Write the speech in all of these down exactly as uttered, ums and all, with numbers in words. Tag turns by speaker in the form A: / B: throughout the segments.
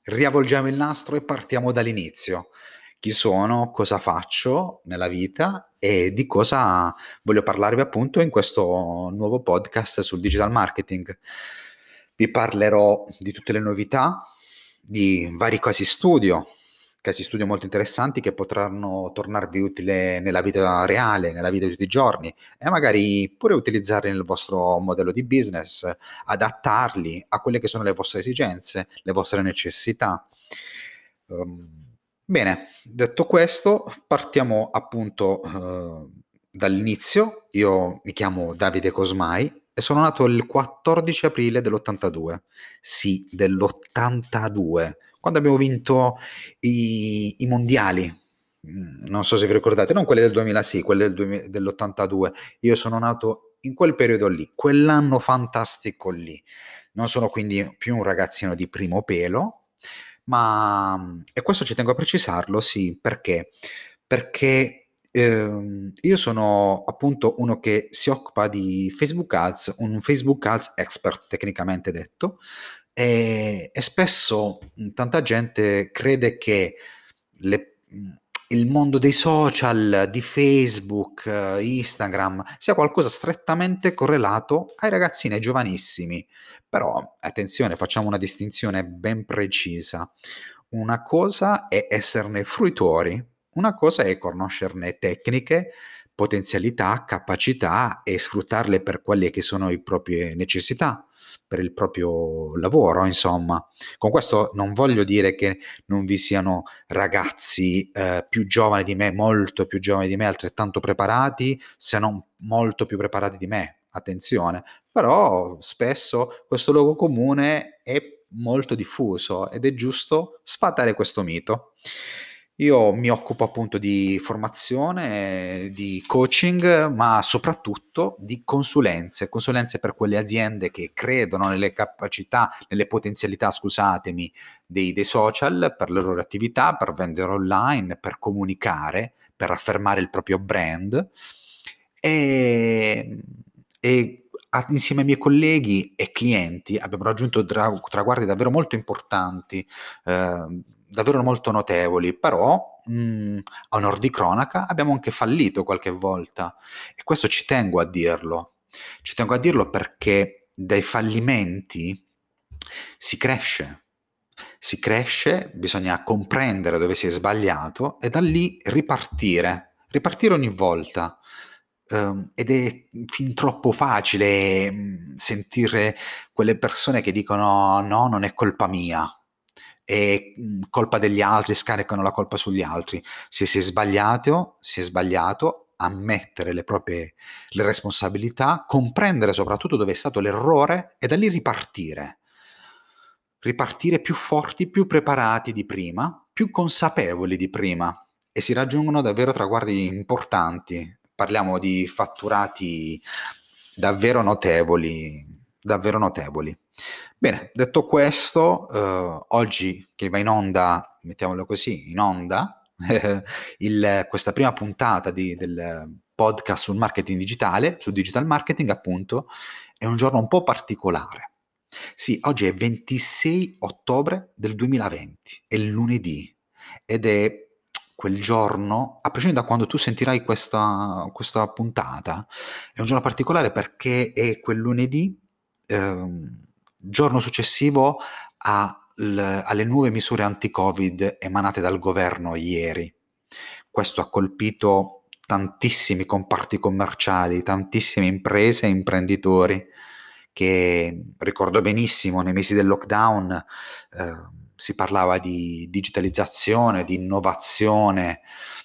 A: riavvolgiamo il nastro e partiamo dall'inizio. Chi sono, cosa faccio nella vita e di cosa voglio parlarvi appunto in questo nuovo podcast sul digital marketing. Vi parlerò di tutte le novità, di vari casi studio, casi studio molto interessanti che potranno tornarvi utile nella vita reale, nella vita di tutti i giorni e magari pure utilizzarli nel vostro modello di business, adattarli a quelle che sono le vostre esigenze, le vostre necessità. Um, bene, detto questo, partiamo appunto uh, dall'inizio. Io mi chiamo Davide Cosmai e sono nato il quattordici aprile dell'ottantadue. Sì, dell'ottantadue, quando abbiamo vinto i, i mondiali. Mm, Non so se vi ricordate, non quelle del duemila, sì, quelle del duemila dell'ottantadue. Io sono nato in quel periodo lì, quell'anno fantastico lì. Non sono quindi più un ragazzino di primo pelo, ma, e questo ci tengo a precisarlo, sì, perché? Perché ehm, io sono appunto uno che si occupa di Facebook Ads, un Facebook Ads expert tecnicamente detto, e, e spesso mh, tanta gente crede che le- mh, il mondo dei social, di Facebook, eh, Instagram, sia qualcosa strettamente correlato ai ragazzini, ai giovanissimi. Però, attenzione, facciamo una distinzione ben precisa. Una cosa è esserne fruitori, una cosa è conoscerne tecniche, potenzialità, capacità e sfruttarle per quelle che sono le proprie necessità, per il proprio lavoro, insomma. Con questo non voglio dire che non vi siano ragazzi eh, più giovani di me, molto più giovani di me, altrettanto preparati, se non molto più preparati di me. Attenzione, però spesso questo luogo comune è molto diffuso ed è giusto sfatare questo mito. Io mi occupo appunto di formazione, di coaching, ma soprattutto di consulenze, consulenze per quelle aziende che credono nelle capacità, nelle potenzialità, scusatemi, dei, dei social per le loro attività, per vendere online, per comunicare, per affermare il proprio brand e, e a- insieme ai miei colleghi e clienti abbiamo raggiunto tra- traguardi davvero molto importanti, eh, davvero molto notevoli, però mh, a onor di cronaca abbiamo anche fallito qualche volta e questo ci tengo a dirlo. Ci tengo a dirlo perché dai fallimenti si cresce. Si cresce, bisogna comprendere dove si è sbagliato e da lì ripartire, ripartire ogni volta. Um, ed è fin troppo facile mh, sentire quelle persone che dicono no, non è colpa mia, è mh, colpa degli altri, scaricano la colpa sugli altri. Se si è sbagliato, si è sbagliato, ammettere le proprie le responsabilità, comprendere soprattutto dove è stato l'errore e da lì ripartire. Ripartire più forti, più preparati di prima, più consapevoli di prima e si raggiungono davvero traguardi importanti. Parliamo di fatturati davvero notevoli, davvero notevoli. Bene, detto questo, eh, oggi che va in onda, mettiamolo così, in onda, il- questa prima puntata di- del podcast sul marketing digitale, sul digital marketing appunto, è un giorno un po' particolare. Sì, oggi è ventisei ottobre del duemilaventi, è lunedì ed è quel giorno, a prescindere da quando tu sentirai questa, questa puntata, è un giorno particolare perché è quel lunedì, ehm, giorno successivo a- l- alle nuove misure anti-Covid emanate dal governo ieri. Questo ha colpito tantissimi comparti commerciali, tantissime imprese e imprenditori che ricordo benissimo nei mesi del lockdown eh, si parlava di digitalizzazione, di innovazione,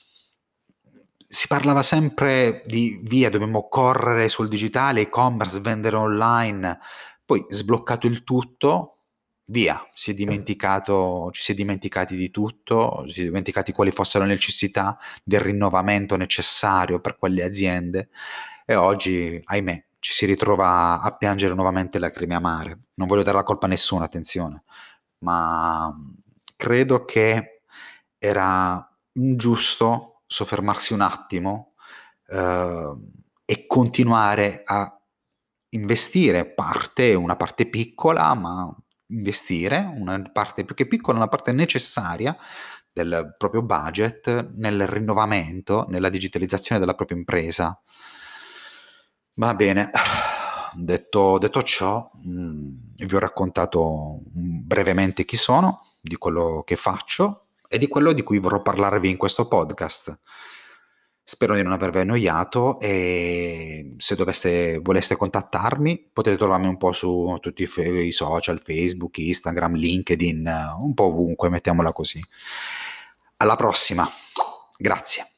A: si parlava sempre di via, dobbiamo correre sul digitale, e-commerce, vendere online, poi sbloccato il tutto, via, si è dimenticato, ci si è dimenticati di tutto, si è dimenticati quali fossero le necessità del rinnovamento necessario per quelle aziende e oggi, ahimè, ci si ritrova a piangere nuovamente lacrime amare. Non voglio dare la colpa a nessuno, attenzione, ma credo che era giusto soffermarsi un attimo eh, e continuare a investire parte, una parte piccola, ma investire una parte più che piccola, una parte necessaria del proprio budget nel rinnovamento, nella digitalizzazione della propria impresa. Va bene, detto, detto ciò, mh, vi ho raccontato mh, brevemente chi sono, di quello che faccio e di quello di cui vorrò parlarvi in questo podcast. Spero di non avervi annoiato e se doveste, voleste contattarmi potete trovarmi un po' su tutti i, fe- i social, Facebook, Instagram, LinkedIn, un po' ovunque, mettiamola così. Alla prossima, grazie.